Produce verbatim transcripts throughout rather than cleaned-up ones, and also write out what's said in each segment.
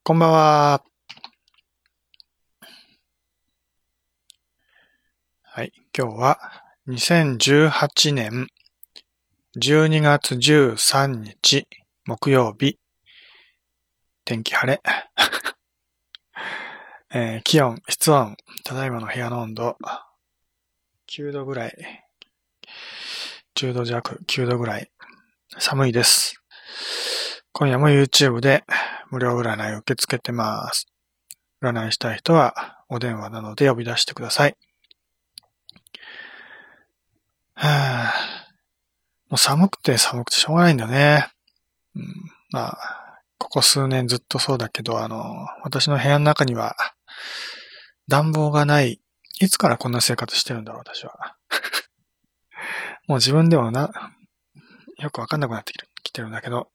こんばんは。はい。今日はにせんじゅうはちねんじゅうにがつじゅうさんにち木曜日。天気晴れ。えー気温、室温、ただいまの部屋の温度きゅうどぐらい。じゅうど弱、きゅうどぐらい。寒いです。今夜も YouTube で無料占いを受け付けてます。占いしたい人はお電話などで呼び出してください。はぁもう寒くて寒くてしょうがないんだよね。うん、まあ、ここ数年ずっとそうだけど、あの、私の部屋の中には暖房がない。いつからこんな生活してるんだろう、私は。もう自分でもな、よくわかんなくなってきてる、きてるんだけど、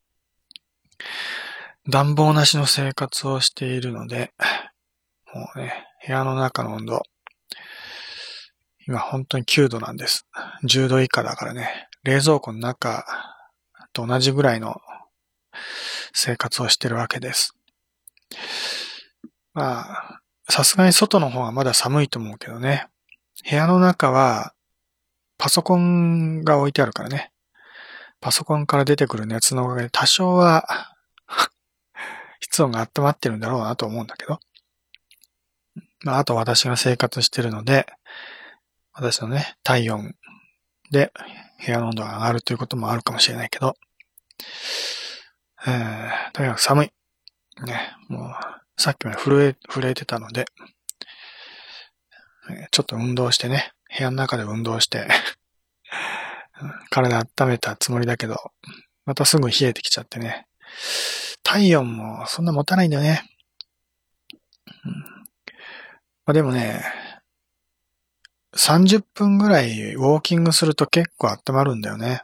暖房なしの生活をしているので、もうね、部屋の中の温度、今本当にきゅうどなんです。じゅうど以下だからね、冷蔵庫の中と同じぐらいの生活をしてるわけです。まあ、さすがに外の方がまだ寒いと思うけどね。部屋の中はパソコンが置いてあるからね。パソコンから出てくる熱のおかげで多少は室温が温まってるんだろうなと思うんだけど。まあ、あと私が生活してるので、私のね、体温で部屋の温度が上がるということもあるかもしれないけど、えー、とにかく寒い。ね、もう、さっきまで震え、震えてたので、ちょっと運動してね、部屋の中で運動して体温めたつもりだけど、またすぐ冷えてきちゃってね。体温もそんな持たないんだよね。うんまあ、でもね、さんじゅっぷんぐらいウォーキングすると結構温まるんだよね。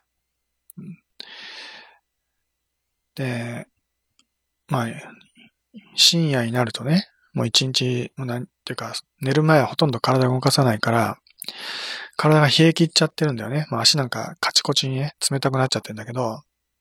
で、まあ、深夜になるとね、もう一日、もうなんていうか、寝る前はほとんど体を動かさないから、体が冷え切っちゃってるんだよね。まあ足なんかカチコチにね、冷たくなっちゃってるんだけど、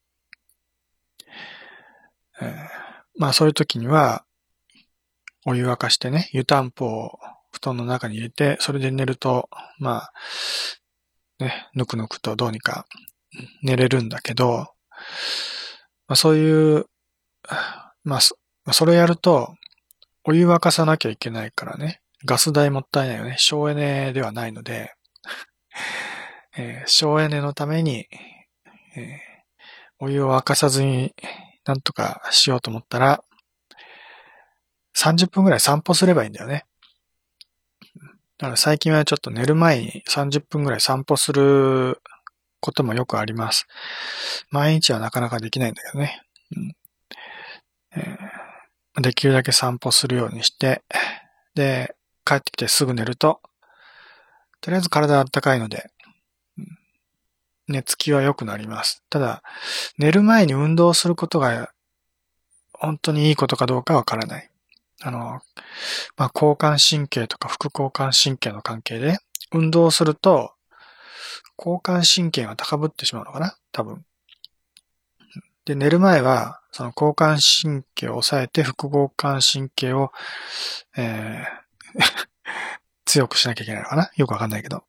えーまあそういう時には、お湯沸かしてね、湯たんぽを布団の中に入れて、それで寝ると、まあ、ね、ぬくぬくとどうにか寝れるんだけど、まあ、そういう、まあ、そそれやると、お湯沸かさなきゃいけないからね、ガス代もったいないよね。省エネではないので、えー省エネのために、えーお湯を沸かさずになんとかしようと思ったら、さんじゅっぷんぐらい散歩すればいいんだよね。だから最近はちょっと寝る前にさんじゅっぷんぐらい散歩することもよくあります。毎日はなかなかできないんだけどね。うんえーできるだけ散歩するようにして、で、帰ってきてすぐ寝ると、とりあえず体暖かいので、寝つきは良くなります。ただ、寝る前に運動することが本当にいいことかどうかわからない。あの、まあ、交感神経とか副交感神経の関係で、運動すると、交感神経が高ぶってしまうのかな多分。で、寝る前は、その交感神経を抑えて副交感神経を、えー強くしなきゃいけないのかなよくわかんないけど。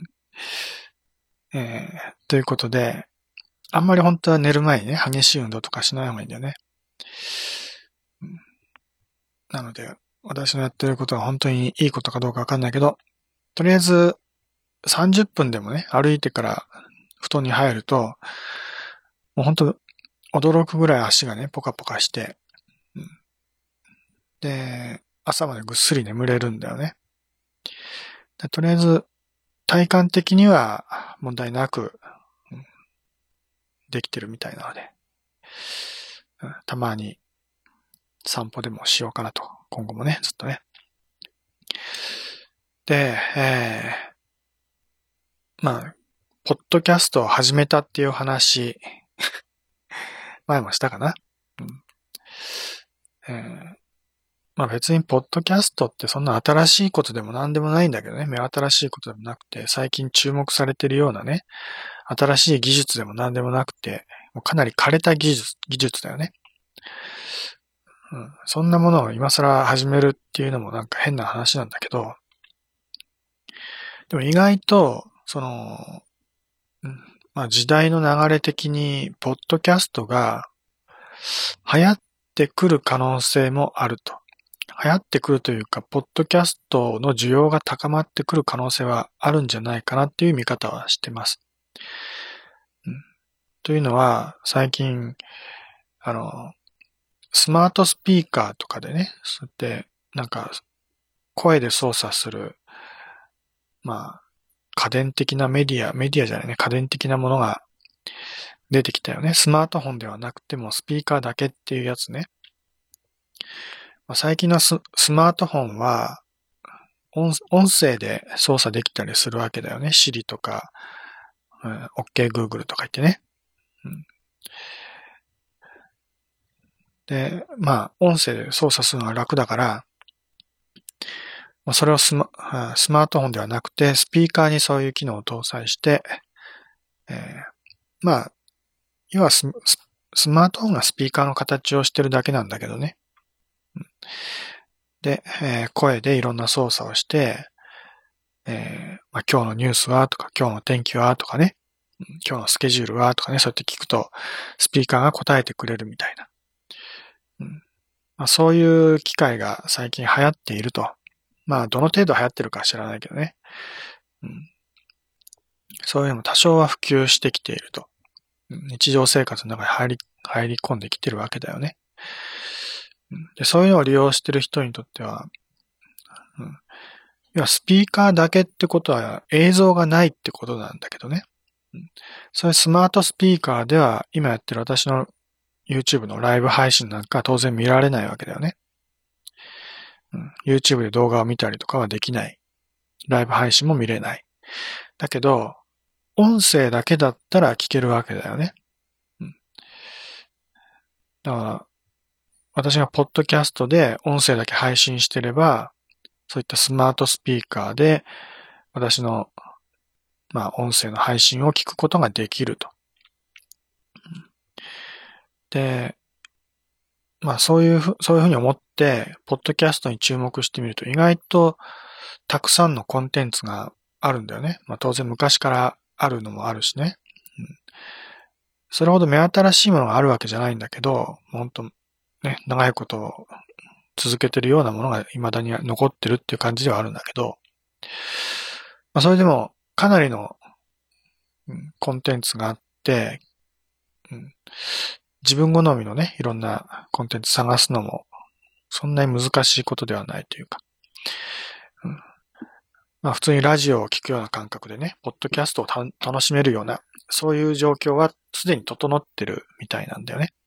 えーということで、あんまり本当は寝る前にね、激しい運動とかしない方がいいんだよね。なので、私のやってることは本当にいいことかどうかわかんないけど、とりあえずさんじゅっぷんでもね、歩いてから布団に入ると、もう本当驚くぐらい足がね、ポカポカして、うん、で、朝までぐっすり眠れるんだよね。でとりあえず、体感的には問題なく、うん、できてるみたいなので、うん、たまに散歩でもしようかなと。今後もね、ずっとね。で、えー、まあ、ポッドキャストを始めたっていう話、前もしたかな。うんえーまあ別にポッドキャストってそんな新しいことでも何でもないんだけどね。目新しいことでもなくて、最近注目されているようなね、新しい技術でも何でもなくて、もうかなり枯れた技術、技術だよね。 うん、そんなものを今更始めるっていうのもなんか変な話なんだけど、でも意外と、その、うん、まあ時代の流れ的に、ポッドキャストが流行ってくる可能性もあると。流行ってくるというか、ポッドキャストの需要が高まってくる可能性はあるんじゃないかなっていう見方はしてます。うん、というのは、最近、あの、スマートスピーカーとかでね、そうやって、なんか、声で操作する、まあ、家電的なメディア、メディアじゃないね、家電的なものが出てきたよね。スマートフォンではなくてもスピーカーだけっていうやつね。まあ、最近のススマートフォンは音、音声で操作できたりするわけだよね。Siri とか、うん、OK Google とか言ってね。うん、で、まあ、音声で操作するのが楽だから、まあ、それをスマ、スマートフォンではなくて、スピーカーにそういう機能を搭載して、えー、まあ、要はス、スマートフォンがスピーカーの形をしてるだけなんだけどね。で、えー、声でいろんな操作をして、えーまあ、今日のニュースはとか、今日の天気はとかね、今日のスケジュールはとかね、そうやって聞くと、スピーカーが答えてくれるみたいな。うんまあ、そういう機会が最近流行っていると。まあ、どの程度流行ってるか知らないけどね。うん、そういうのも多少は普及してきていると。日常生活の中に入り、入り込んできてるわけだよね。で、そういうのを利用してる人にとっては、うん、要はスピーカーだけってことは映像がないってことなんだけどね。うん、そういうスマートスピーカーでは今やってる私の YouTube のライブ配信なんか当然見られないわけだよね。うん、YouTube で動画を見たりとかはできない。ライブ配信も見れない。だけど、音声だけだったら聞けるわけだよね。うん、だから、私がポッドキャストで音声だけ配信してれば、そういったスマートスピーカーで私の、まあ、音声の配信を聞くことができると。で、まあそういうふ、そういうふうに思って、ポッドキャストに注目してみると意外とたくさんのコンテンツがあるんだよね。まあ当然昔からあるのもあるしね。うん、それほど目新しいものがあるわけじゃないんだけど、本当ね、長いことを続けてるようなものが未だに残ってるっていう感じではあるんだけど、まあそれでもかなりの、うん、コンテンツがあって、うん、自分好みのね、いろんなコンテンツ探すのもそんなに難しいことではないというか、うん、まあ普通にラジオを聞くような感覚でね、ポッドキャストを楽しめるような、そういう状況はすでに整ってるみたいなんだよね。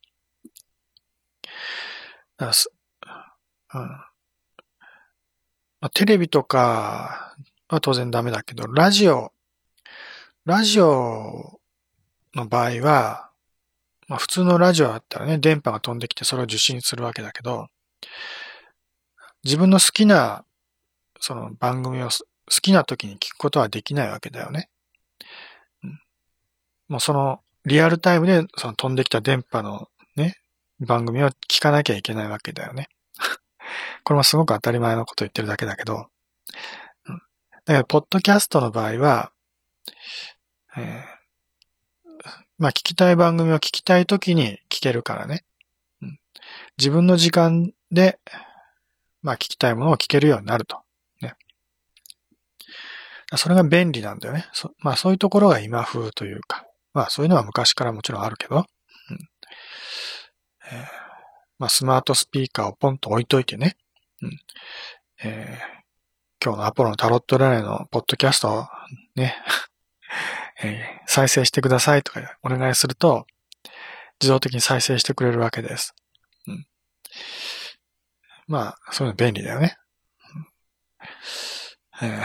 だからすうんまあ、テレビとかは当然ダメだけど、ラジオ、ラジオの場合は、まあ普通のラジオだったらね、電波が飛んできてそれを受信するわけだけど、自分の好きなその番組を好きな時に聞くことはできないわけだよね。うん、もうそのリアルタイムでその飛んできた電波のね、番組を聞かなきゃいけないわけだよね。これもすごく当たり前のことを言ってるだけだけど、うん、だから、ポッドキャストの場合は、えー、まあ聞きたい番組を聞きたい時に聞けるからね。うん、自分の時間で、まあ聞きたいものを聞けるようになると。ね、それが便利なんだよね。そまあそういうところが今風というか、まあそういうのは昔からもちろんあるけど、うんえーまあスマートスピーカーをポンと置いといてね、うんえー、今日のアポロのタロット占いのポッドキャストをね、えー、再生してくださいとかお願いすると、自動的に再生してくれるわけです。うん、まあ、そういうの便利だよね。うんえー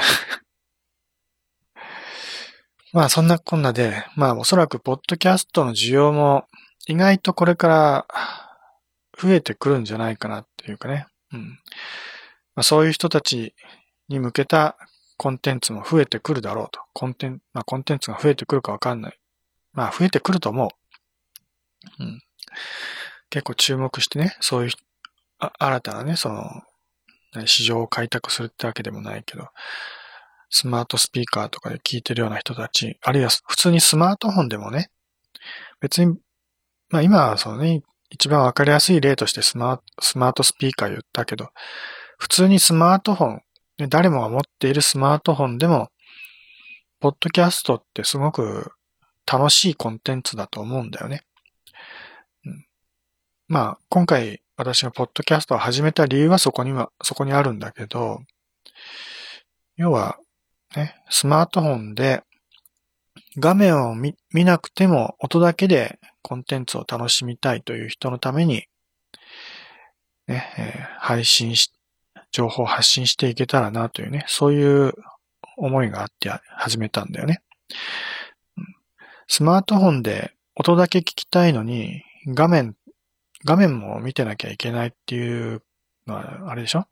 まあそんなこんなで、まあおそらくポッドキャストの需要も意外とこれから増えてくるんじゃないかなっていうかね。うんまあ、そういう人たちに向けたコンテンツも増えてくるだろうと。コンテンツ、まあコンテンツが増えてくるかわかんない。まあ増えてくると思う。うん、結構注目してね、そういうあ新たなね、その、市場を開拓するってわけでもないけど、スマートスピーカーとかで聞いてるような人たち、あるいは普通にスマートフォンでもね、別に、まあ今はそのね、一番わかりやすい例としてスマート、スマートスピーカー言ったけど、普通にスマートフォン、ね、誰もが持っているスマートフォンでも、ポッドキャストってすごく楽しいコンテンツだと思うんだよね。うん、まあ、今回私がポッドキャストを始めた理由はそこには、そこにあるんだけど、要は、ね、スマートフォンで画面を 見, 見なくても音だけでコンテンツを楽しみたいという人のために、ね、えー配信し、情報を発信していけたらなというね、そういう思いがあって始めたんだよね。スマートフォンで音だけ聞きたいのに、画面、画面も見てなきゃいけないっていうのは、あれでしょ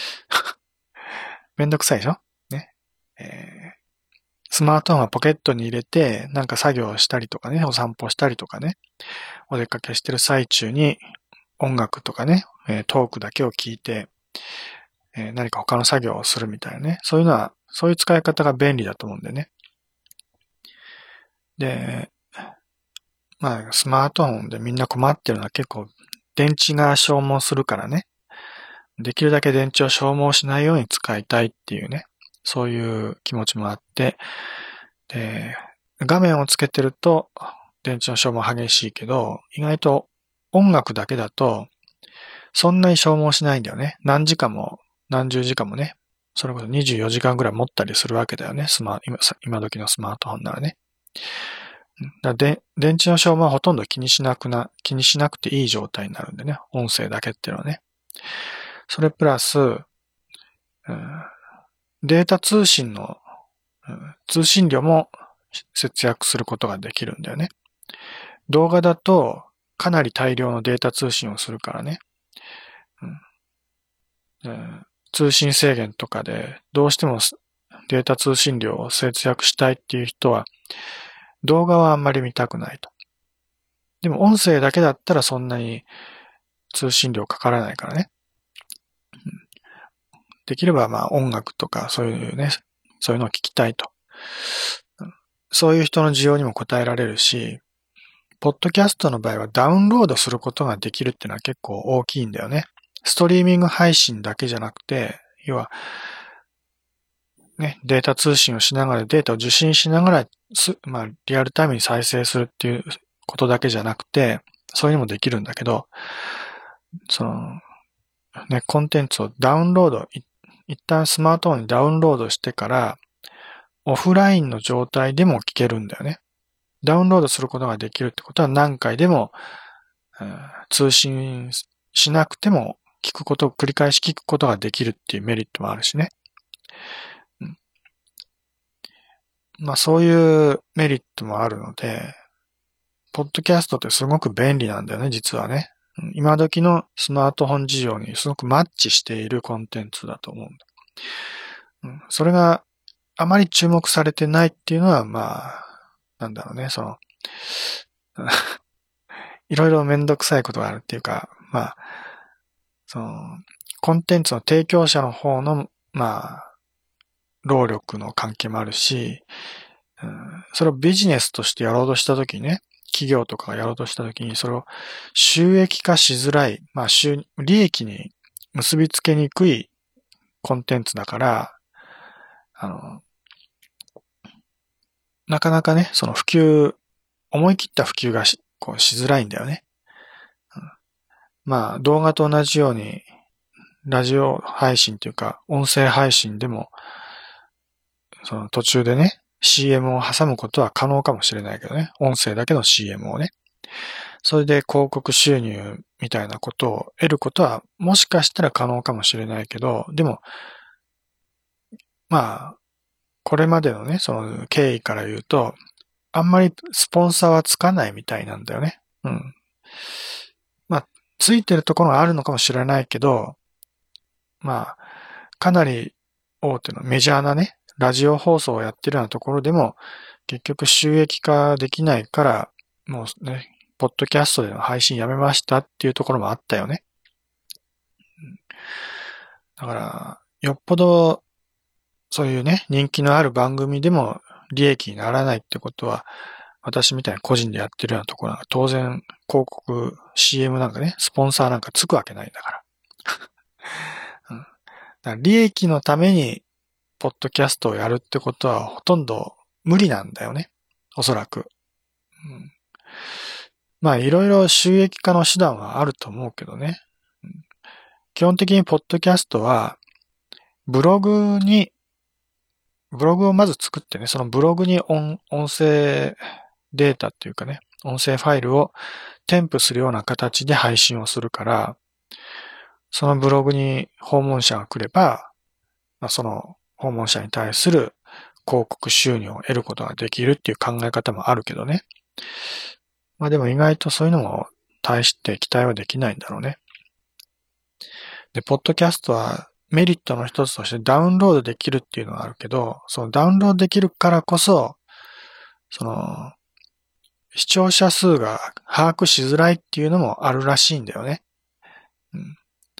めんどくさいでしょね。えースマートフォンはポケットに入れて、なんか作業したりとかね、お散歩したりとかね、お出かけしてる最中に音楽とかね、えートークだけを聞いて、えー何か他の作業をするみたいなね、そういうのは、そういう使い方が便利だと思うんだよね。で、まあ、スマートフォンでみんな困ってるのは結構電池が消耗するからね。できるだけ電池を消耗しないように使いたいっていうね。そういう気持ちもあって、で、画面をつけてると電池の消耗激しいけど、意外と音楽だけだとそんなに消耗しないんだよね。何時間も何十時間もね。それこそにじゅうよじかんぐらい持ったりするわけだよね。スマ今、今時のスマートフォンならね。だで電池の消耗はほとんど気にしなくな、気にしなくていい状態になるんでね。音声だけっていうのはね。それプラス、うん、データ通信の、うん、通信量も節約することができるんだよね。動画だとかなり大量のデータ通信をするからね。うん、通信制限とかでどうしてもデータ通信量を節約したいっていう人は動画はあんまり見たくないと。でも音声だけだったらそんなに通信量かからないからね。できればまあ音楽とかそういうね、そういうのを聞きたいと。そういう人の需要にも応えられるし、ポッドキャストの場合はダウンロードすることができるっていうのは結構大きいんだよね。ストリーミング配信だけじゃなくて、要は、ね、データ通信をしながら、データを受信しながら、まあ、リアルタイムに再生するっていうことだけじゃなくて、そういうのもできるんだけど、その、ね、コンテンツをダウンロード、一旦スマートフォンにダウンロードしてから、オフラインの状態でも聞けるんだよね。ダウンロードすることができるってことは何回でも、うん、通信しなくても聞くことを繰り返し聞くことができるっていうメリットもあるしね。うん、まあそういうメリットもあるので、ポッドキャストってすごく便利なんだよね、実はね。今時のスマートフォン事情にすごくマッチしているコンテンツだと思うんだ。うん、それがあまり注目されてないっていうのは、まあ、なんだろうね、その、いろいろめんどくさいことがあるっていうか、まあ、その、コンテンツの提供者の方の、まあ、労力の関係もあるし、うん、それをビジネスとしてやろうとしたときにね、企業とかがやろうとしたときに、それを収益化しづらい、まあ、収、利益に結びつけにくいコンテンツだから、あの、なかなかね、その普及、思い切った普及がし、こうしづらいんだよね。うん、まあ、動画と同じように、ラジオ配信というか、音声配信でも、その途中でね、シーエム を挟むことは可能かもしれないけどね。音声だけの シーエム をね。それで広告収入みたいなことを得ることはもしかしたら可能かもしれないけど、でも、まあ、これまでのね、その経緯から言うと、あんまりスポンサーはつかないみたいなんだよね。うん。まあ、ついてるところがあるのかもしれないけど、まあ、かなり大手のメジャーなね、ラジオ放送をやってるようなところでも、結局収益化できないから、もうね、ポッドキャストでの配信やめましたっていうところもあったよね。 だから、よっぽど、そういうね、人気のある番組でも利益にならないってことは、私みたいに個人でやってるようなところは当然広告、シーエム なんかね、スポンサーなんかつくわけないんだから。うん、だから利益のために、ポッドキャストをやるってことはほとんど無理なんだよね。おそらく。うん、まあ、いろいろ収益化の手段はあると思うけどね。うん、基本的にポッドキャストは、ブログに、ブログをまず作ってね、そのブログに音、音声データっていうかね、音声ファイルを添付するような形で配信をするから、そのブログに訪問者が来れば、まあ、その訪問者に対する広告収入を得ることができるっていう考え方もあるけどね。まあでも意外とそういうのも大して期待はできないんだろうね。で、ポッドキャストはメリットの一つとしてダウンロードできるっていうのがあるけど、そのダウンロードできるからこそ、その、視聴者数が把握しづらいっていうのもあるらしいんだよね。うん。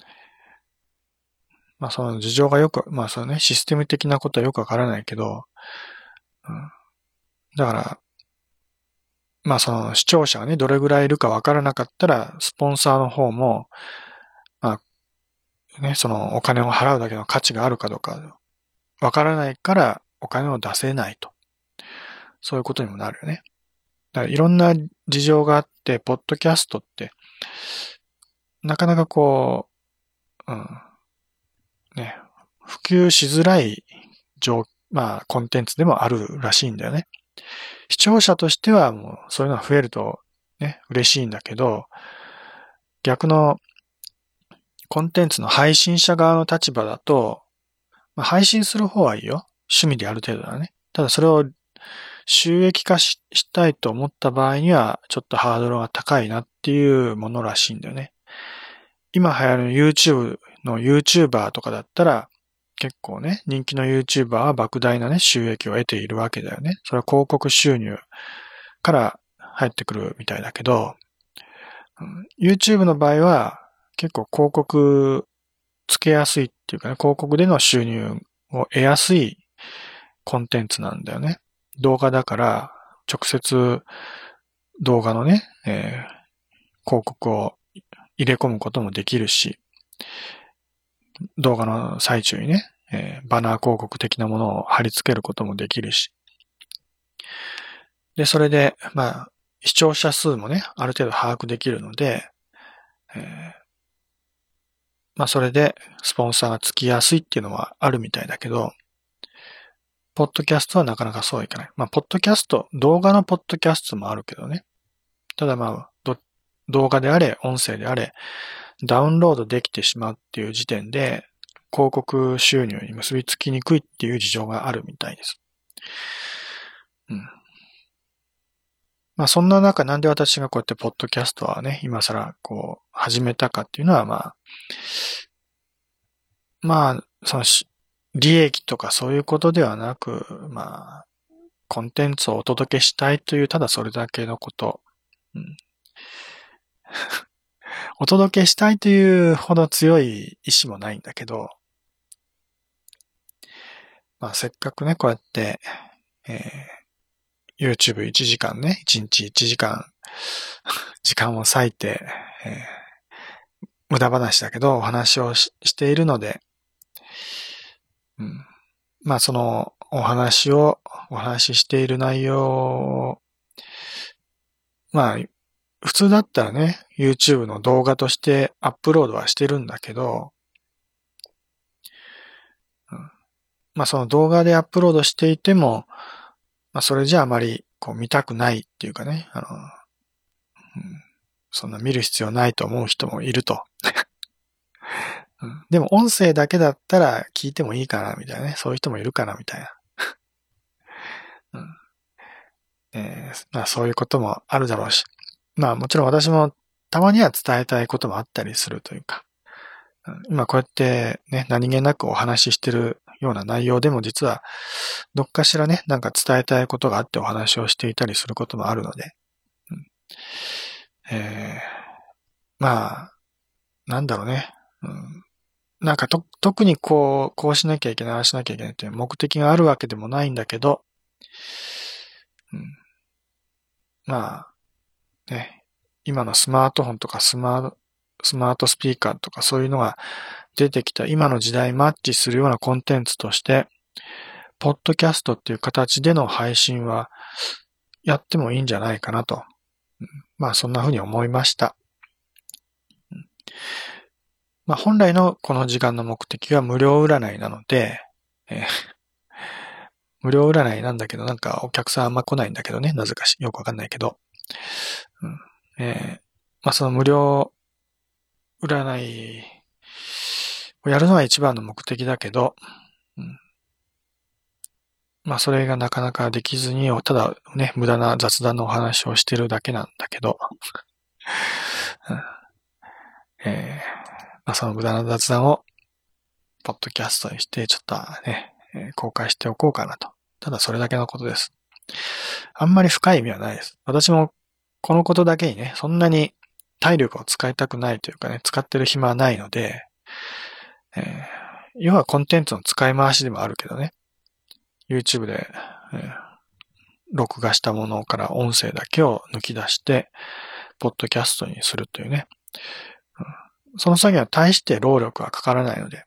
まあその事情がよく、まあそのね、システム的なことはよくわからないけど、うん、だから、まあその視聴者がね、どれぐらいいるかわからなかったら、スポンサーの方も、まあね、そのお金を払うだけの価値があるかどうか、わからないからお金を出せないと。そういうことにもなるよね。だからいろんな事情があって、ポッドキャストって、なかなかこう、うん、ね、普及しづらい状、まあ、コンテンツでもあるらしいんだよね。視聴者としてはもう、そういうのが増えるとね、嬉しいんだけど、逆のコンテンツの配信者側の立場だと、まあ、配信する方はいいよ。趣味である程度だね。ただそれを収益化 し, したいと思った場合には、ちょっとハードルが高いなっていうものらしいんだよね。今流行る YouTube の YouTuber とかだったら、結構ね、人気の YouTuber は莫大なね、収益を得ているわけだよね。それは広告収入から入ってくるみたいだけど、うん、YouTube の場合は結構広告つけやすいっていうかね、広告での収入を得やすいコンテンツなんだよね。動画だから直接動画のね、えー、広告を入れ込むこともできるし、動画の最中にね、えー、バナー広告的なものを貼り付けることもできるし。で、それで、まあ、視聴者数もね、ある程度把握できるので、えー、まあ、それでスポンサーがつきやすいっていうのはあるみたいだけど、ポッドキャストはなかなかそうはいかない。まあ、ポッドキャスト、動画のポッドキャストもあるけどね。ただまあ、動画であれ、音声であれ、ダウンロードできてしまうっていう時点で、広告収入に結びつきにくいっていう事情があるみたいです。うん。まあそんな中なんで私がこうやってポッドキャストはね、今更こう始めたかっていうのはまあ、まあ、その利益とかそういうことではなく、まあ、コンテンツをお届けしたいというただそれだけのこと。うん、お届けしたいというほど強い意志もないんだけど、まあせっかくね、こうやって、えー、YouTube いちじかんね、いちにちいちじかん、時間を割いて、えー、無駄話だけどお話を し, しているので、うん、まあそのお話を、お話ししている内容を、まあ普通だったらね、YouTube の動画としてアップロードはしてるんだけど、うん、まあその動画でアップロードしていても、まあそれじゃあまりこう見たくないっていうかね、あの、うん、そんな見る必要ないと思う人もいると。うん、でも音声だけだったら聞いてもいいかなみたいなね、そういう人もいるかなみたいな。うん、えー、まあそういうこともあるだろうし。まあもちろん私もたまには伝えたいこともあったりするというか、うん、今こうやってね、何気なくお話ししてるような内容でも実はどっかしらね、なんか伝えたいことがあってお話をしていたりすることもあるので、うん、えー、まあ、なんだろうね、うん。 なんかと、特にこう、こうしなきゃいけない、ああしなきゃいけないっていう目的があるわけでもないんだけど、うん、まあ、ね、今のスマートフォンとかスマート、スマートスピーカーとかそういうのが出てきた今の時代マッチするようなコンテンツとして、ポッドキャストっていう形での配信はやってもいいんじゃないかなと。まあそんな風に思いました。まあ本来のこの時間の目的は無料占いなので、えー、無料占いなんだけどなんかお客さんあんま来ないんだけどね、なぜかしよくわかんないけど。うんえー、まあその無料占いをやるのは一番の目的だけど、うん、まあそれがなかなかできずに、ただね、無駄な雑談のお話をしてるだけなんだけど、うんえーまあ、その無駄な雑談をポッドキャストにしてちょっとね、えー公開しておこうかなと。ただそれだけのことです。あんまり深い意味はないです。私もこのことだけにね、そんなに体力を使いたくないというかね、使ってる暇はないので、えー要はコンテンツの使い回しでもあるけどね、YouTube で、えー録画したものから音声だけを抜き出して、ポッドキャストにするというね、うんその作業は大して労力はかからないので、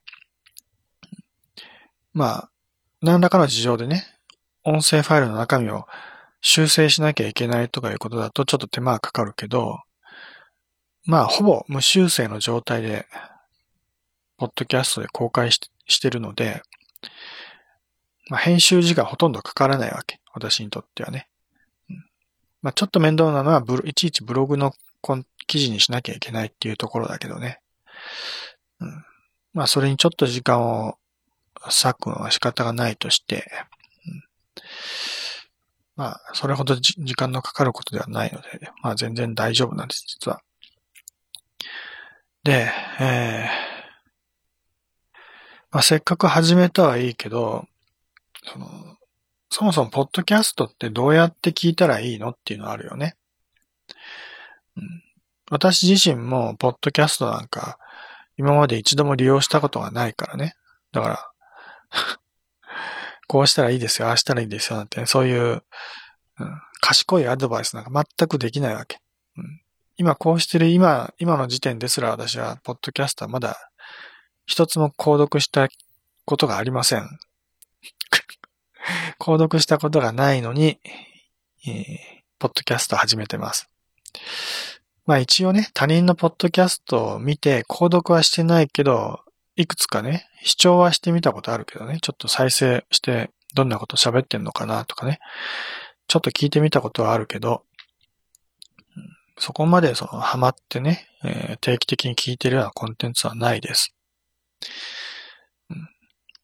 まあ、何らかの事情でね、音声ファイルの中身を修正しなきゃいけないとかいうことだとちょっと手間がかかるけど、まあ、ほぼ無修正の状態で、ポッドキャストで公開し、してるので、まあ、編集時間ほとんどかからないわけ。私にとってはね。うんまあ、ちょっと面倒なのはブロ、いちいちブログの記事にしなきゃいけないっていうところだけどね。うん、まあ、それにちょっと時間を割くのは仕方がないとして、うんまあ、それほど時間のかかることではないので、まあ全然大丈夫なんです、実は。で、えーまあ、せっかく始めたはいいけど、その、そもそもポッドキャストってどうやって聞いたらいいのっていうのはあるよね。うん、私自身もポッドキャストなんか今まで一度も利用したことがないからね。だから、こうしたらいいですよ、ああしたらいいですよなんて、ね、そういう、うん、賢いアドバイスなんか全くできないわけ。うん、今こうしてる今、今の時点ですら私はポッドキャストはまだ一つも購読したことがありません。購読したことがないのに、えー、ポッドキャスト始めてます。まあ一応ね、他人のポッドキャストを見て、購読はしてないけど、いくつかね、視聴はしてみたことあるけどね、ちょっと再生してどんなこと喋ってんのかなとかね、ちょっと聞いてみたことはあるけど、そこまでそのハマってね、えー、定期的に聞いてるようなコンテンツはないです。うん、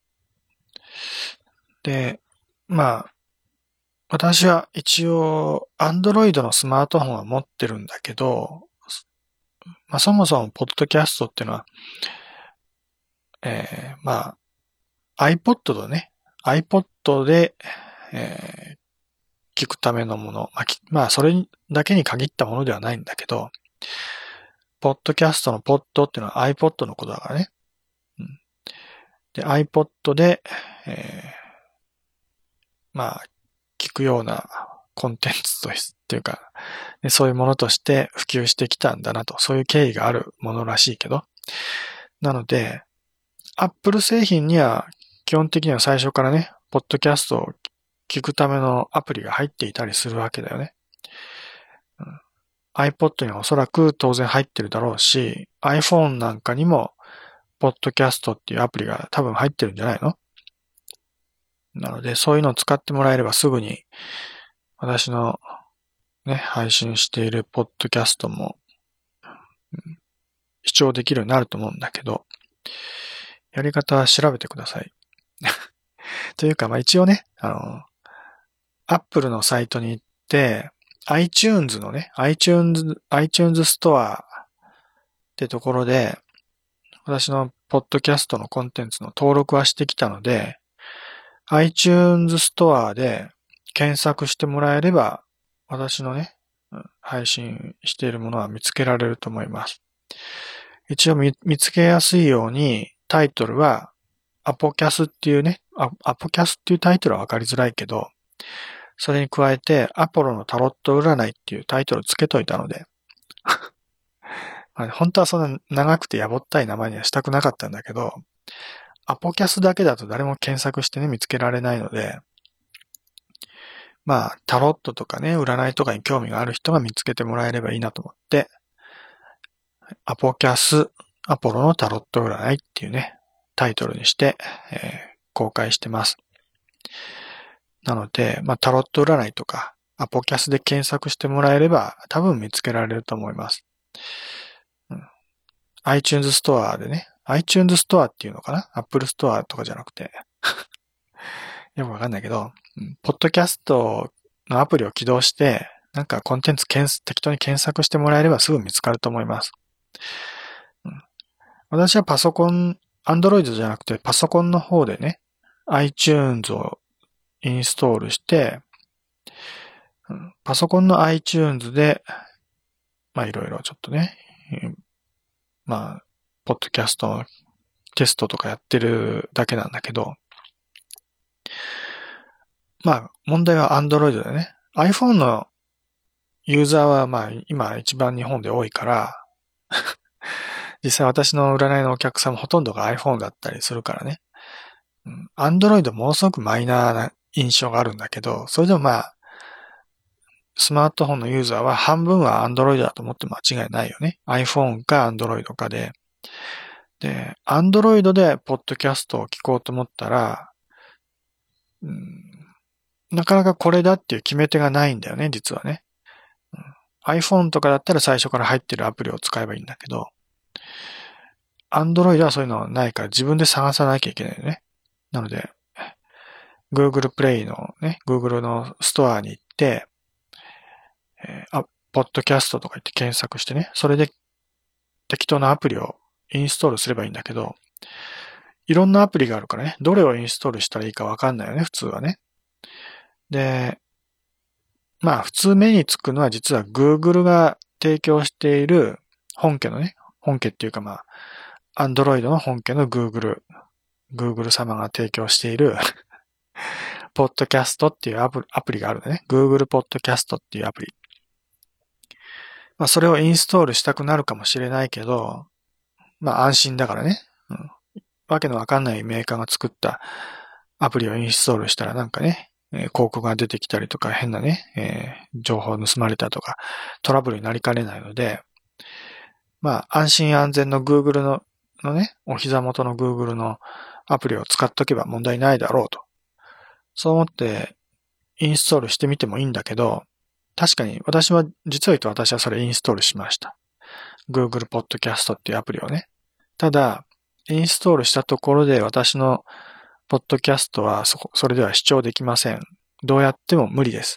で、まあ、私は一応、Android のスマートフォンは持ってるんだけど、まあそもそもポッドキャストっていうのは、えー、まあ iPod でね、iPod で、えー、聞くためのもの、まあ、まあそれだけに限ったものではないんだけど、ポッドキャストのポッドっていうのは iPod のことだからね。うん、で、iPod で、えー、まあ、聞くようなコンテンツとっていうか、そういうものとして普及してきたんだなと、そういう経緯があるものらしいけど。なので、Apple 製品には基本的には最初からね、ポッドキャストを聞くためのアプリが入っていたりするわけだよね。うん、iPod にはおそらく当然入ってるだろうし、iPhone なんかにも、ポッドキャストっていうアプリが多分入ってるんじゃないの？なので、そういうのを使ってもらえればすぐに、私のね、配信しているポッドキャストも、うん、視聴できるようになると思うんだけど、やり方は調べてください。というか、まあ一応ね、あの、Apple のサイトに行って、iTunes のね、iTunes、iTunes ストアってところで、私のポッドキャストのコンテンツの登録はしてきたので、iTunes ストアで検索してもらえれば、私のね、配信しているものは見つけられると思います。一応見、見つけやすいように、 タイトルは、アポキャスっていうね、アアポキャスっていうタイトルはわかりづらいけど、それに加えて、アポロのタロット占いっていうタイトルをつけといたので、本当はそんな長くてやぼったい名前にはしたくなかったんだけど、アポキャスだけだと誰も検索してね、見つけられないので、まあ、タロットとかね、占いとかに興味がある人が見つけてもらえればいいなと思って、アポキャス、アポロのタロット占いっていうね、タイトルにして、えー、公開してます。なので、まあ、タロット占いとか、アポキャスで検索してもらえれば、多分見つけられると思います。うん、iTunes ストアでね、iTunes ストアっていうのかな？ Apple ストアとかじゃなくて、よくわかんないけど、うん、ポッドキャストのアプリを起動して、なんかコンテンツ適当に検索してもらえればすぐ見つかると思います。うん、私はパソコン、Android じゃなくてパソコンの方でね、iTunes をインストールして、うん、パソコンの iTunes で、まあいろいろちょっとね、まあ、ポッドキャストのテストとかやってるだけなんだけど、まあ問題は Android でね、iPhone のユーザーはまあ今一番日本で多いから、実際私の占いのお客さんもほとんどが iPhone だったりするからね。うん、Android ものすごくマイナーな印象があるんだけど、それでもまあ、スマートフォンのユーザーは半分は Android だと思って間違いないよね。iPhone か Android かで。で、Android でポッドキャストを聞こうと思ったら、うん、なかなかこれだっていう決め手がないんだよね、実はね。うん、iPhone とかだったら最初から入ってるアプリを使えばいいんだけど、Android はそういうのないから自分で探さなきゃいけないよね。なので、Google Play のね、Google のストアに行って、えー、あ、ポッドキャストとか言って検索してね、それで適当なアプリをインストールすればいいんだけど、いろんなアプリがあるからね、どれをインストールしたらいいかわかんないよね、普通はね。で、まあ普通目につくのは実は Google が提供している本家のね、本家っていうかまあ、Android の本家の Google、Google 様が提供しているポッドキャストっていうアプリ、アプリがあるんだね。Google ポッドキャストっていうアプリ。まあそれをインストールしたくなるかもしれないけど、まあ安心だからね。うん、わけのわかんないメーカーが作ったアプリをインストールしたらなんかね、えー、広告が出てきたりとか変なね、えー、情報盗まれたとかトラブルになりかねないので、まあ安心安全の Google の、のね、お膝元の Google のアプリを使っとけば問題ないだろうと。そう思ってインストールしてみてもいいんだけど、確かに私は、実を言うと私はそれインストールしました。Google Podcast っていうアプリをね。ただ、インストールしたところで私のポッドキャストはそこ、それでは視聴できません。どうやっても無理です。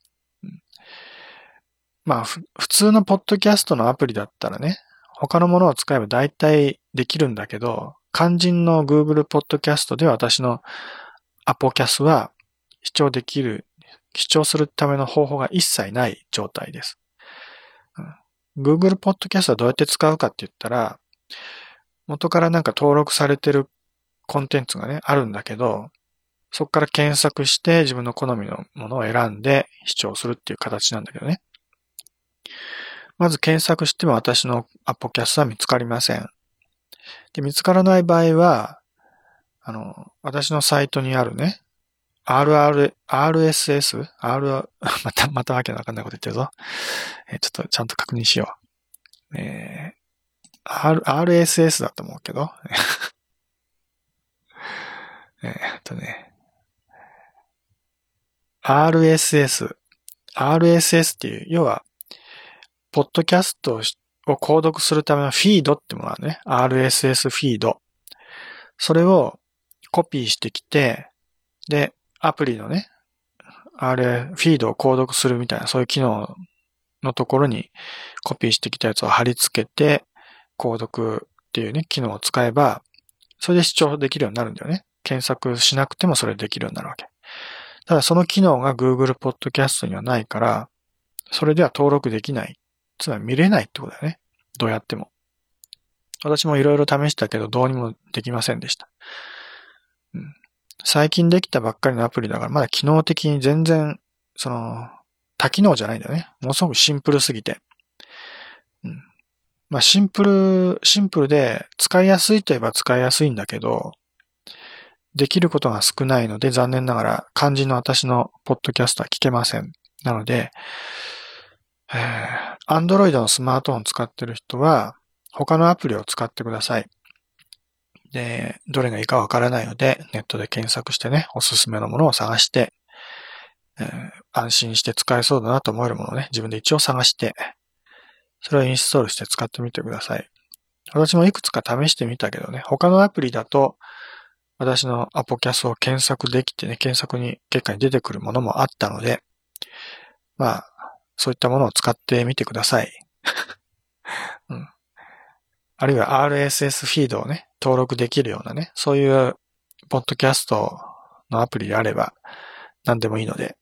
まあ、普通のポッドキャストのアプリだったらね、他のものを使えば大体できるんだけど、肝心の Google Podcast では私のアポキャスは視聴できる、視聴するための方法が一切ない状態です。うん、Google Podcast はどうやって使うかって言ったら、元からなんか登録されてるコンテンツがね、あるんだけど、そこから検索して自分の好みのものを選んで視聴するっていう形なんだけどね。まず検索しても私のアポキャスは見つかりません。で、見つからない場合は、あの、私のサイトにあるね、アールアール、アールエスエス? R、また、またわけのわかんないこと言ってるぞ。えー、ちょっとちゃんと確認しよう。えー、R、アールエスエス だと思うけど。えーっとね、アールエスエス。アールエスエス っていう、要は、ポッドキャストを購読するためのフィードってものがね、アールエスエス フィード。それをコピーしてきて、で、アプリのね、あれ、フィードを購読するみたいな、そういう機能のところにコピーしてきたやつを貼り付けて、購読っていうね、機能を使えば、それで視聴できるようになるんだよね。検索しなくてもそれできるようになるわけ。ただその機能が Google Podcast にはないから、それでは登録できない。つまり見れないってことだよね。どうやっても。 私もいろいろ試したけど、どうにもできませんでした。うん、最近できたばっかりのアプリだから、まだ機能的に全然、その、多機能じゃないんだよね。ものすごくシンプルすぎて。うん、まあシンプル、シンプルで使いやすいといえば使いやすいんだけど、できることが少ないので残念ながら肝心の私のポッドキャストは聞けません。なので、Android のスマートフォン使ってる人は他のアプリを使ってください。で、どれがいいかわからないのでネットで検索してね、おすすめのものを探して、えー、安心して使えそうだなと思えるものをね、自分で一応探して、それをインストールして使ってみてください。私もいくつか試してみたけどね、他のアプリだと私のアポキャスを検索できてね、検索に結果に出てくるものもあったので、まあ、そういったものを使ってみてください。うん、あるいは アールエスエス フィードをね、登録できるようなね、そういうポッドキャストのアプリであれば何でもいいので、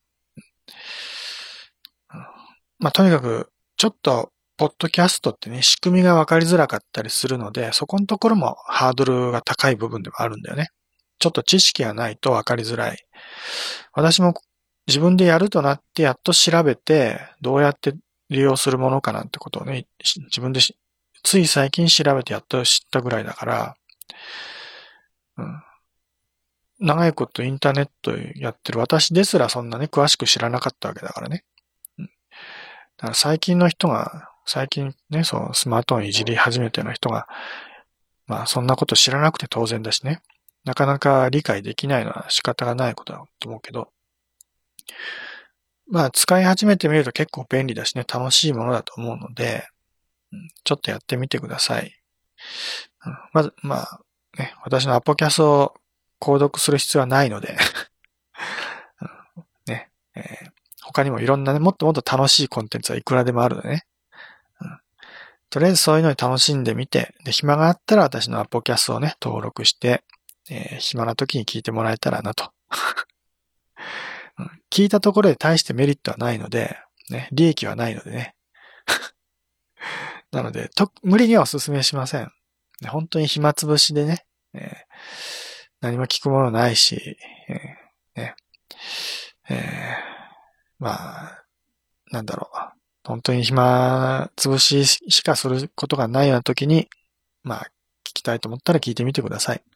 うん、まあとにかくちょっとポッドキャストってね、仕組みがわかりづらかったりするので、そこのところもハードルが高い部分ではあるんだよね。ちょっと知識がないとわかりづらい。私も自分でやるとなってやっと調べて、どうやって利用するものかなんてことをね、自分でつい最近調べてやっと知ったぐらいだから、うん、長いことインターネットやってる私ですらそんなね、詳しく知らなかったわけだからね。うん、だから最近の人が、最近ね、そう、スマートフォンいじり始めての人が、まあそんなこと知らなくて当然だしね。なかなか理解できないのは仕方がないことだと思うけど、まあ使い始めてみると結構便利だしね、楽しいものだと思うので、ちょっとやってみてください。まず、まあ、ね、私のアポキャスを購読する必要はないので、ね、えー、他にもいろんなね、もっともっと楽しいコンテンツはいくらでもあるのでね。うん、とりあえずそういうのに楽しんでみて、で、暇があったら私のアポキャスをね、登録して、えー、暇な時に聞いてもらえたらなと。うん、聞いたところで大してメリットはないので、ね、利益はないのでね。なので、と、無理にはお勧めしません。本当に暇つぶしでね、えー、何も聞くものないし、えーねえー、まあ、なんだろう。本当に暇つぶししかすることがないような時に、まあ、聞きたいと思ったら聞いてみてください。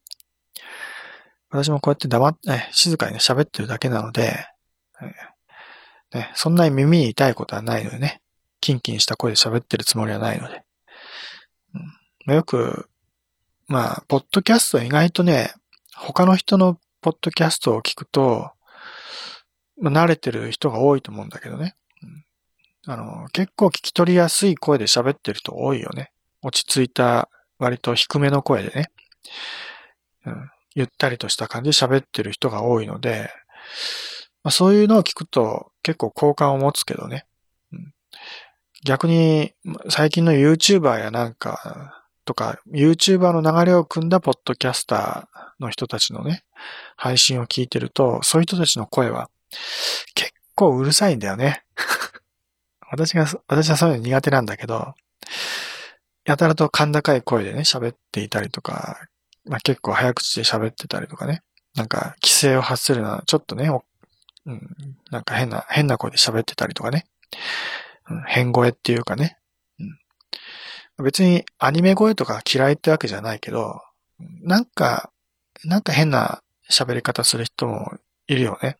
私もこうやって黙って、静かにね、喋ってるだけなので、ね、そんなに耳に痛いことはないのでね、キンキンした声で喋ってるつもりはないので。うん、まあ、よく、まあ、ポッドキャストは意外とね、他の人のポッドキャストを聞くと、まあ、慣れてる人が多いと思うんだけどね。うん、あの、結構聞き取りやすい声で喋ってる人多いよね。落ち着いた、割と低めの声でね。うん、ゆったりとした感じで喋ってる人が多いので、まあ、そういうのを聞くと結構好感を持つけどね。うん、逆に、最近の YouTuber やなんか、とか、YouTuber の流れを組んだポッドキャスターの人たちのね、配信を聞いてると、そういう人たちの声は結構うるさいんだよね。私が、私はそういうの苦手なんだけど、やたらと甲高い声でね、喋っていたりとか、まあ、結構早口で喋ってたりとかね、なんか規制を発するような、ちょっとね、うん、なんか変な、変な声で喋ってたりとかね、うん、変声っていうかね、うん、別にアニメ声とか嫌いってわけじゃないけど、なんか、なんか変な喋り方する人もいるよね。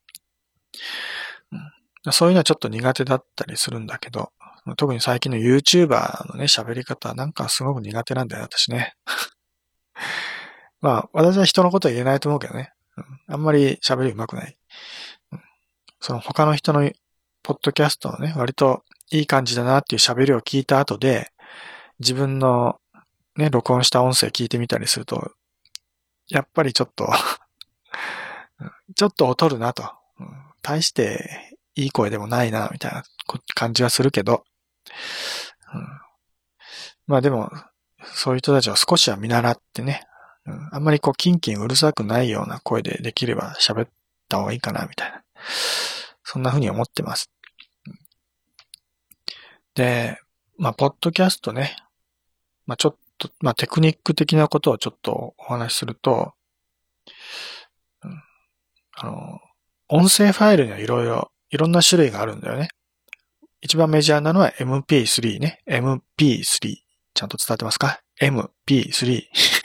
うん、そういうのはちょっと苦手だったりするんだけど、特に最近の YouTuber のね、喋り方なんかすごく苦手なんだよ、私ね。まあ、私は人のことは言えないと思うけどね。うん、あんまり喋り上手くない。うん、その他の人のポッドキャストのね、割といい感じだなっていう喋りを聞いた後で、自分のね、録音した音声聞いてみたりすると、やっぱりちょっとちょっと劣るなと。うん、大していい声でもないな、みたいな感じはするけど、うん、まあでも、そういう人たちは少しは見習ってね、うん、あんまりこう、キンキンうるさくないような声でできれば喋った方がいいかな、みたいな。そんな風に思ってます。で、まあ、ポッドキャストね。 まあちょっと、まあテクニック的なことをちょっとお話しすると、うん、あの、音声ファイルにはいろいろ、いろんな種類があるんだよね。一番メジャーなのは エムピースリー ね。エムピースリー。ちゃんと伝わってますか？ エムピースリー。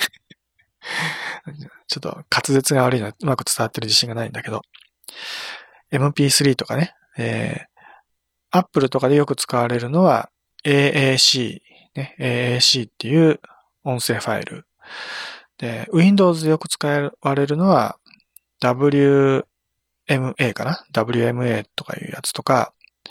ちょっと滑舌が悪いのでうまく伝わってる自信がないんだけど。エムピースリー とかね。えー、Apple とかでよく使われるのは エーエーシー、ね。エーエーシー っていう音声ファイル。で、Windows でよく使われるのは ダブリューエムエー かな ?ダブリューエムエー とかいうやつとか、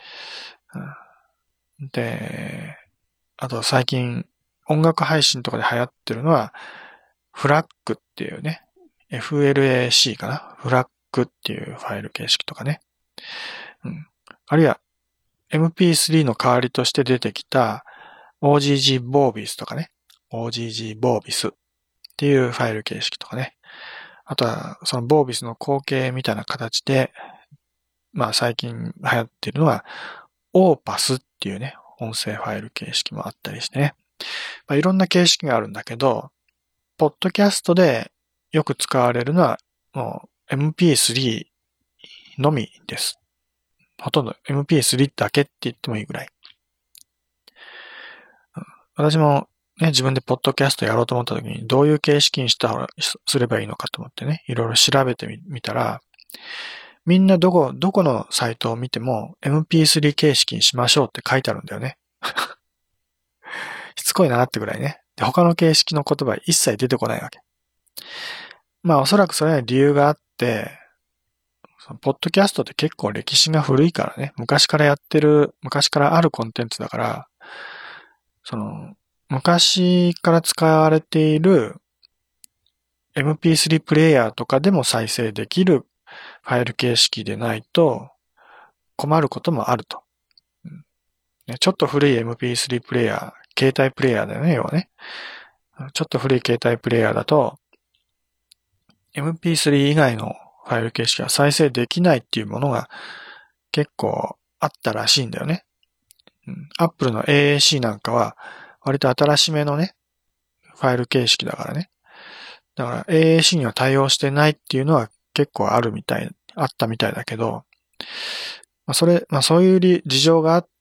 で、あと最近音楽配信とかで流行ってるのは、フラッグっていうね、エフエルエーシー かなフラッグっていうファイル形式とかね。うん。あるいは エムピースリー の代わりとして出てきた オージージー Vorbis とかね。オージージー Vorbis っていうファイル形式とかね。あとはその Vorbis の後継みたいな形で、まあ最近流行っているのは Opus っていうね、音声ファイル形式もあったりしてね。まあ、いろんな形式があるんだけど、ポッドキャストでよく使われるのは、もう エムピースリー のみです。ほとんど エムピースリー だけって言ってもいいぐらい。私もね、自分でポッドキャストやろうと思った時にどういう形式にしたらすればいいのかと思ってね、いろいろ調べてみたら、みんなどこ、どこのサイトを見ても エムピースリー 形式にしましょうって書いてあるんだよね。しつこいなってぐらいね。で、他の形式の言葉一切出てこないわけ。まあおそらくそれは理由があって、そのポッドキャストって結構歴史が古いからね、昔からやってる、昔からあるコンテンツだから、その、昔から使われている エムピースリー プレイヤーとかでも再生できるファイル形式でないと困ることもあると。ちょっと古い エムピースリー プレイヤー、携帯プレイヤーだよね、要はね。ちょっと古い携帯プレイヤーだと、エムピースリー 以外のファイル形式は再生できないっていうものが結構あったらしいんだよね。うん、Apple の エーエーシー なんかは割と新しめのね、ファイル形式だからね。だから エーエーシー には対応してないっていうのは結構あるみたい、あったみたいだけど、まあ、それ、まあそういう事情があって、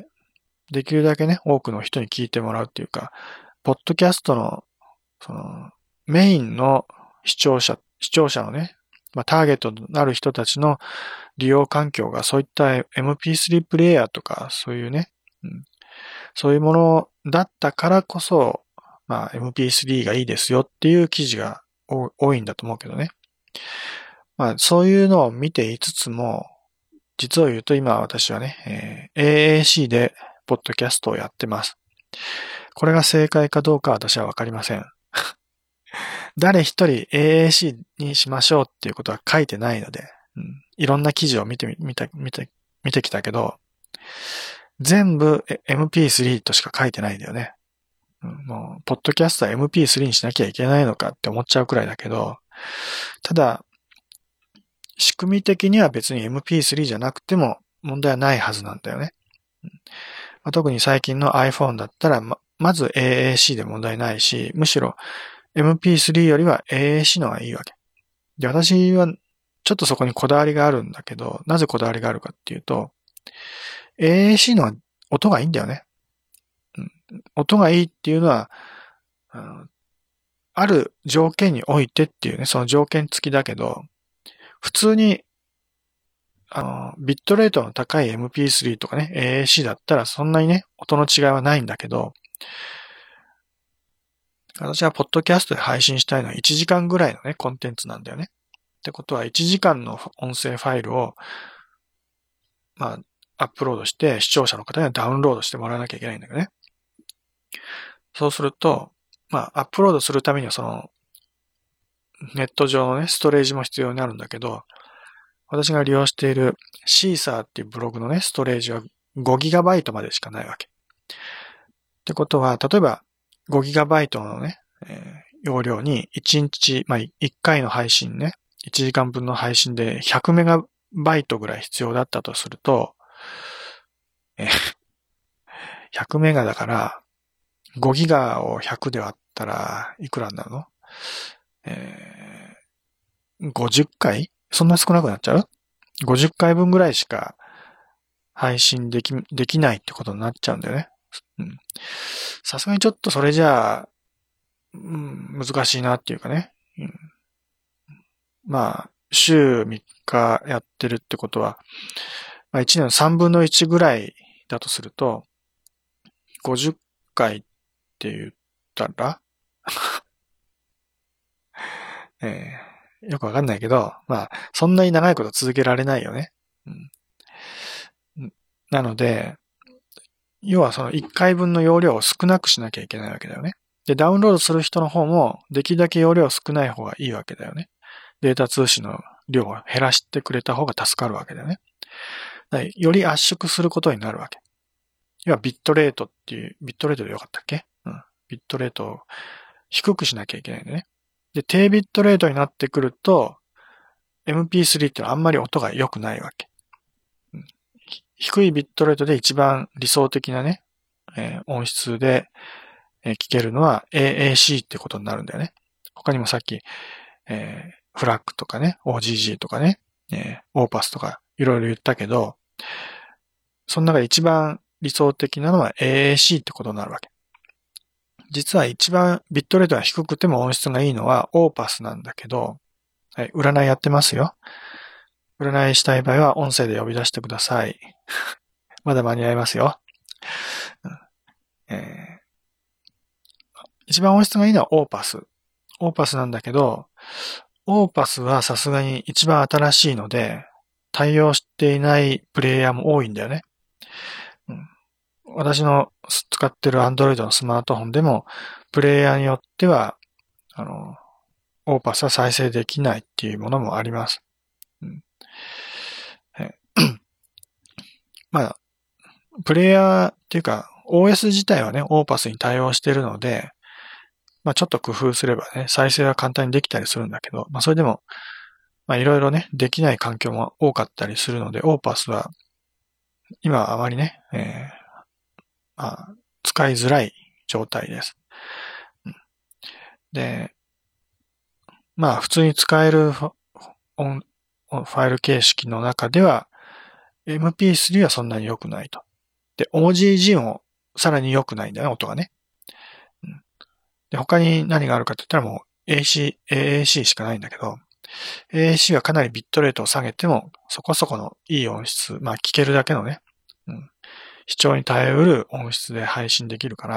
できるだけね、多くの人に聞いてもらうっていうか、ポッドキャストの、その、メインの視聴者、視聴者のね、まあ、ターゲットとなる人たちの利用環境がそういった エムピースリー プレイヤーとか、そういうね、うん、そういうものだったからこそ、まあ、エムピースリー がいいですよっていう記事が多いんだと思うけどね。まあ、そういうのを見ていつつも、実を言うと今私はね、えー、エーエーシー でポッドキャストをやってます。これが正解かどうか私はわかりません。誰一人 エーエーシー にしましょうっていうことは書いてないので、うん、いろんな記事を見てみ、見た、見て、見てきたけど、全部 エムピースリー としか書いてないんだよね。うん、もう、ポッドキャストは エムピースリー にしなきゃいけないのかって思っちゃうくらいだけど、ただ、仕組み的には別に エムピースリー じゃなくても問題はないはずなんだよね。うんまあ、特に最近の iPhone だったら、ま、まず エーエーシー で問題ないし、むしろ エムピースリー よりは エーエーシー の方がいいわけ。で、私はちょっとそこにこだわりがあるんだけど、なぜこだわりがあるかっていうと、エーエーシー の音がいいんだよね。うん、音がいいっていうのは、うん、ある条件においてっていうね、その条件付きだけど、普通に、あの、ビットレートの高い エムピースリー とかね、エーエーシー だったらそんなにね、音の違いはないんだけど、私はポッドキャストで配信したいのはいちじかんぐらいのね、コンテンツなんだよね。ってことはいちじかんの音声ファイルを、まあ、アップロードして視聴者の方にはダウンロードしてもらわなきゃいけないんだけどね。そうすると、まあ、アップロードするためにはその、ネット上のね、ストレージも必要になるんだけど、私が利用しているシーサーっていうブログのね、ストレージは ごギガバイト までしかないわけ。ってことは、例えば ごギガバイト のね、えー、容量にいちにち、まあ、いっかいの配信ね、いちじかんぶんの配信でひゃくメガバイトぐらい必要だったとすると、えー、ひゃくメガだから、 ごギガをひゃくで割ったらいくらになるの？えー、ごじゅっかい？そんな少なくなっちゃう？ ごじゅっ 回分ぐらいしか配信でき、できないってことになっちゃうんだよね。うん。さすがにちょっとそれじゃあ、うん、難しいなっていうかね。うん、まあ、週みっかやってるってことは、まあいちねんのさんぶんのいちぐらいだとすると、ごじゅっかいって言ったら、えー、よくわかんないけど、まあ、そんなに長いこと続けられないよね。うん、なので、要はそのいっかいぶんの容量を少なくしなきゃいけないわけだよね。で、ダウンロードする人の方も、できるだけ容量少ない方がいいわけだよね。データ通信の量を減らしてくれた方が助かるわけだよね。より圧縮することになるわけ。要はビットレートっていう、ビットレートでよかったっけ？うん。ビットレートを低くしなきゃいけないんだね。で、低ビットレートになってくると、エムピースリー ってのはあんまり音が良くないわけ。うん、低いビットレートで一番理想的なね、えー、音質で聞けるのは エーエーシー ってことになるんだよね。他にもさっき、えー、フラッグとかね、オージージー とかね、えー、オーパスとかいろいろ言ったけど、その中で一番理想的なのは エーエーシー ってことになるわけ。実は一番ビットレートが低くても音質がいいのはオーパスなんだけど、はい、占いやってますよ。占いしたい場合は音声で呼び出してください。まだ間に合いますよ。えー、一番音質がいいのはオーパス。オーパスなんだけど、オーパスはさすがに一番新しいので、対応していないプレイヤーも多いんだよね。うん、私の使ってる Android のスマートフォンでも、プレイヤーによっては、あの、オーパスは再生できないっていうものもあります。うん、まあ、プレイヤーっていうか、オーエス 自体はね、オーパスに対応しているので、まあちょっと工夫すればね、再生は簡単にできたりするんだけど、まあそれでも、まあいろいろね、できない環境も多かったりするので、オーパスは、今はあまりね、えー、まあ、使いづらい状態です。で、まあ普通に使えるファイル形式の中では、エムピースリー はそんなに良くないと。で、オージージー もさらに良くないんだよね、音がね。うん、で、他に何があるかって言ったらもう エーシー、エーエーシー しかないんだけど、エーエーシー はかなりビットレートを下げてもそこそこのいい音質、まあ聞けるだけのね、うん、視聴に耐えうる音質で配信できるから、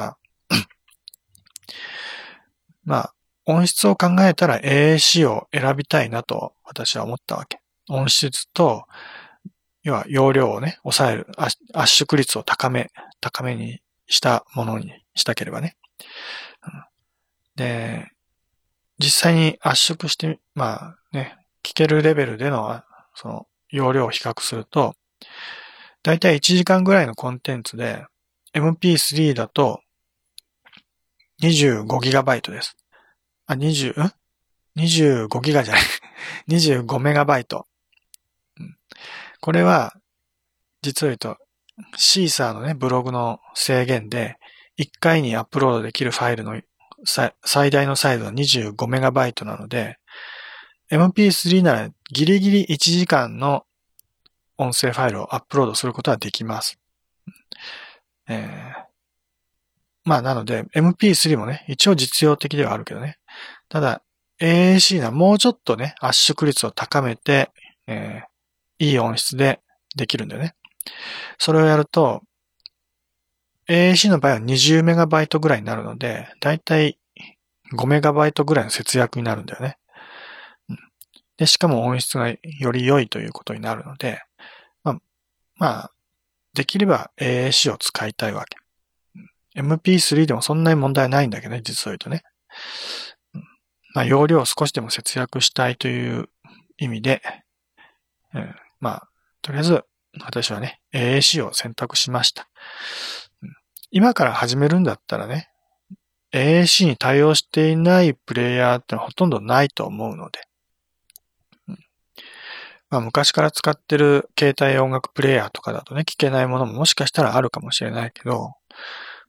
まあ、音質を考えたら エーエーシー を選びたいなと私は思ったわけ。音質と、要は容量をね、抑える、圧縮率を高め、高めにしたものにしたければね。うん、で、実際に圧縮して、まあね、聞けるレベルでの、その、容量を比較すると、だいたいいちじかんぐらいのコンテンツで、エムピースリー だと にじゅうごギガバイト です。あ、にじゅう、ん ?にじゅうご ギガじゃない。にじゅうごメガバイト。うん、これは、実を言うと、シーサーのね、ブログの制限で、いっかいにアップロードできるファイルの最大のサイズは にじゅうごメガバイト なので、エムピースリー ならギリギリいちじかんの音声ファイルをアップロードすることはできます。えー、まあなので エムピースリー もね、一応実用的ではあるけどね。ただ エーエーシー ならもうちょっとね、圧縮率を高めて、えー、いい音質でできるんだよね。それをやると、エーエーシー の場合は にじゅうメガバイト ぐらいになるので、だいたいごメガバイト ぐらいの節約になるんだよね。で、しかも音質がより良いということになるので、まあ、まあ、できれば エーエーシー を使いたいわけ。エムピースリー でもそんなに問題ないんだけどね、実を言うとね。まあ、容量を少しでも節約したいという意味で、うん、まあ、とりあえず、私はね、エーエーシー を選択しました。今から始めるんだったらね、エーエーシー に対応していないプレイヤーってのはほとんどないと思うので、うん、まあ、昔から使ってる携帯音楽プレイヤーとかだとね、聞けないものももしかしたらあるかもしれないけど、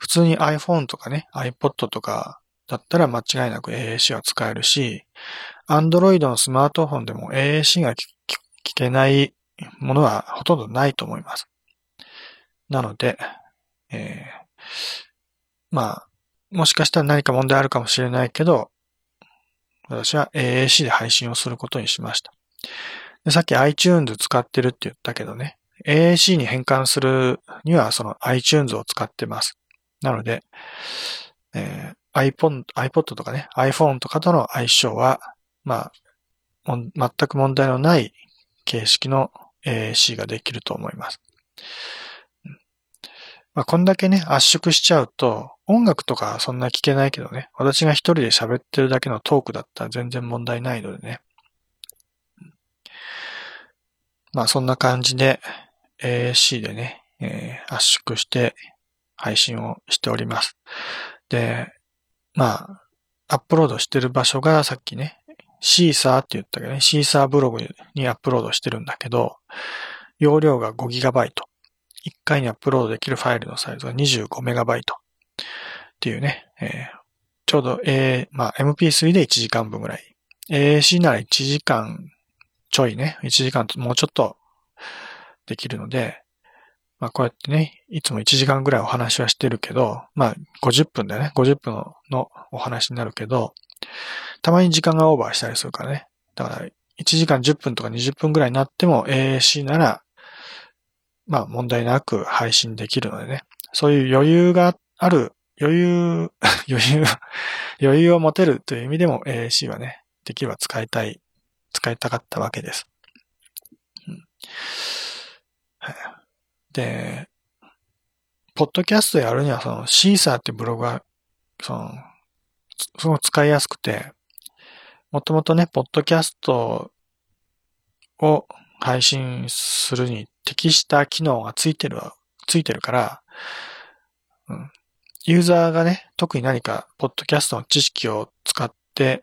普通に iPhone とかね、iPod とかだったら間違いなく エーエーシー は使えるし、Android のスマートフォンでも エーエーシー が聞けないものはほとんどないと思います。なので、えー、まあ、もしかしたら何か問題あるかもしれないけど、私は エーエーシー で配信をすることにしました。で、さっき iTunes 使ってるって言ったけどね、エーエーシー に変換するにはその iTunes を使ってます。なので、えー、iPod、iPod とかね、iPhone とかとの相性は、まあ、全く問題のない形式の エーエーシー ができると思います。まあ、こんだけね、圧縮しちゃうと、音楽とかそんな聞けないけどね、私が一人で喋ってるだけのトークだったら全然問題ないのでね。まあ、そんな感じで エーエーシー でね、えー、圧縮して配信をしております。で、まあ、アップロードしてる場所がさっきね、シーサーって言ったけどね、シーサーブログにアップロードしてるんだけど、容量が ごギガバイト。いっかいにアップロードできるファイルのサイズが にじゅうごメガバイトっていうね、えー、ちょうど、えー、まあ エムピースリー でいちじかんぶんぐらい。エーエーシー ならいちじかんちょいね、いちじかんともうちょっとできるので、まあこうやってね、いつもいちじかんぐらいお話はしてるけど、まあごじゅっぷんだよね、ごじゅっぷんののお話になるけど、たまに時間がオーバーしたりするからね。だからいちじかんじゅっぷんとかにじゅっぷんぐらいになっても エーエーシー なら、まあ問題なく配信できるのでね。そういう余裕がある、余裕、余裕、余裕を持てるという意味でも エーエーシー はね、できれば使いたい、使いたかったわけです。うん、で、ポッドキャストやるにはそのシーサーってブログは、その、すごく使いやすくて、もともとね、ポッドキャストを配信するに適した機能がついてる、ついてるから、うん、ユーザーがね、特に何か、ポッドキャストの知識を使って、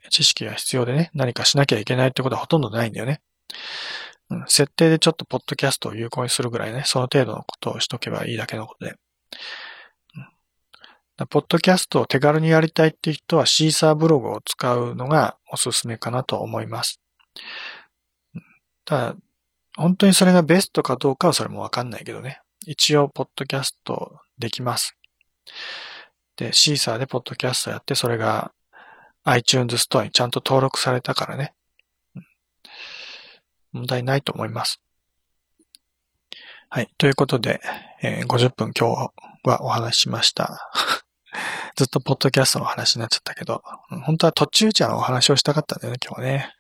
知識が必要でね、何かしなきゃいけないってことはほとんどないんだよね。うん、設定でちょっとポッドキャストを有効にするぐらいね、その程度のことをしとけばいいだけのことで。うん、ポッドキャストを手軽にやりたいっていう人はシーサーブログを使うのがおすすめかなと思います。ただ、本当にそれがベストかどうかはそれもわかんないけどね。一応、ポッドキャストできます。で、シーサーでポッドキャストやって、それが iTunes ストアにちゃんと登録されたからね。問題ないと思います。はい。ということで、えー、ごじゅっぷん今日はお話ししました。ずっとポッドキャストの話になっちゃったけど、本当は途中茶のお話をしたかったんだよね、今日はね。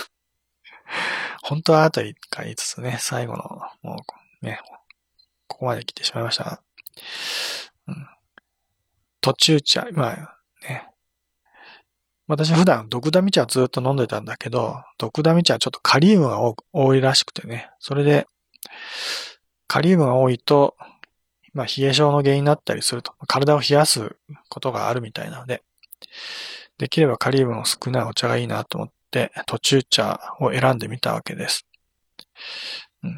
本当は後一回言いつつね、最後の、もうね、ここまで来てしまいました。うん、途中茶、まあね、私普段ドクダミ茶をずっと飲んでたんだけど、ドクダミ茶はちょっとカリウムが多いらしくてね、それで、カリウムが多いと、まあ冷え性の原因になったりすると、体を冷やすことがあるみたいなので、できればカリウムの少ないお茶がいいなと思って、途中茶を選んでみたわけです。うん、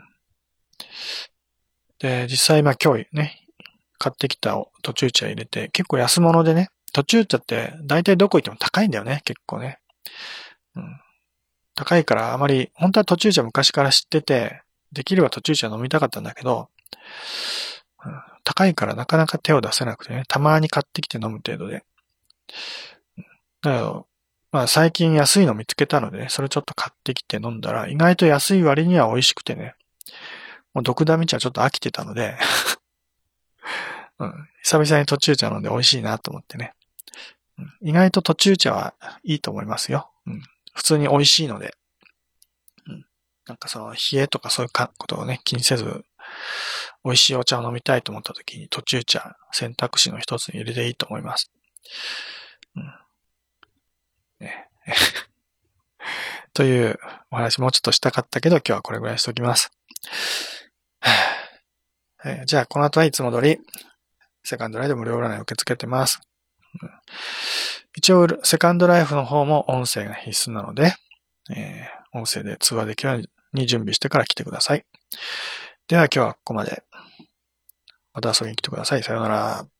で、実際まあ今日ね、買ってきた途中茶入れて、結構安物でね、途中茶って大体どこ行っても高いんだよね、結構ね。うん、高いからあまり、本当は途中茶昔から知ってて、できれば途中茶飲みたかったんだけど、うん、高いからなかなか手を出せなくてね、たまに買ってきて飲む程度で。だけど、まあ最近安いの見つけたのでね、それちょっと買ってきて飲んだら、意外と安い割には美味しくてね、もうドクダミ茶ちょっと飽きてたので、うん、久々に途中茶飲んで美味しいなと思ってね。うん、意外と途中茶はいいと思いますよ。うん、普通に美味しいので。うん、なんかその冷えとかそういうことをね、気にせず、美味しいお茶を飲みたいと思った時に途中茶選択肢の一つに入れていいと思います。うんね、というお話もうちょっとしたかったけど今日はこれぐらいにしておきます。えー、じゃあこの後はいつも通りセカンドライフ無料占いを受け付けてます。うん、一応セカンドライフの方も音声が必須なので、えー、音声で通話できるように準備してから来てください。では今日はここまで。また遊びに来てください。さようなら。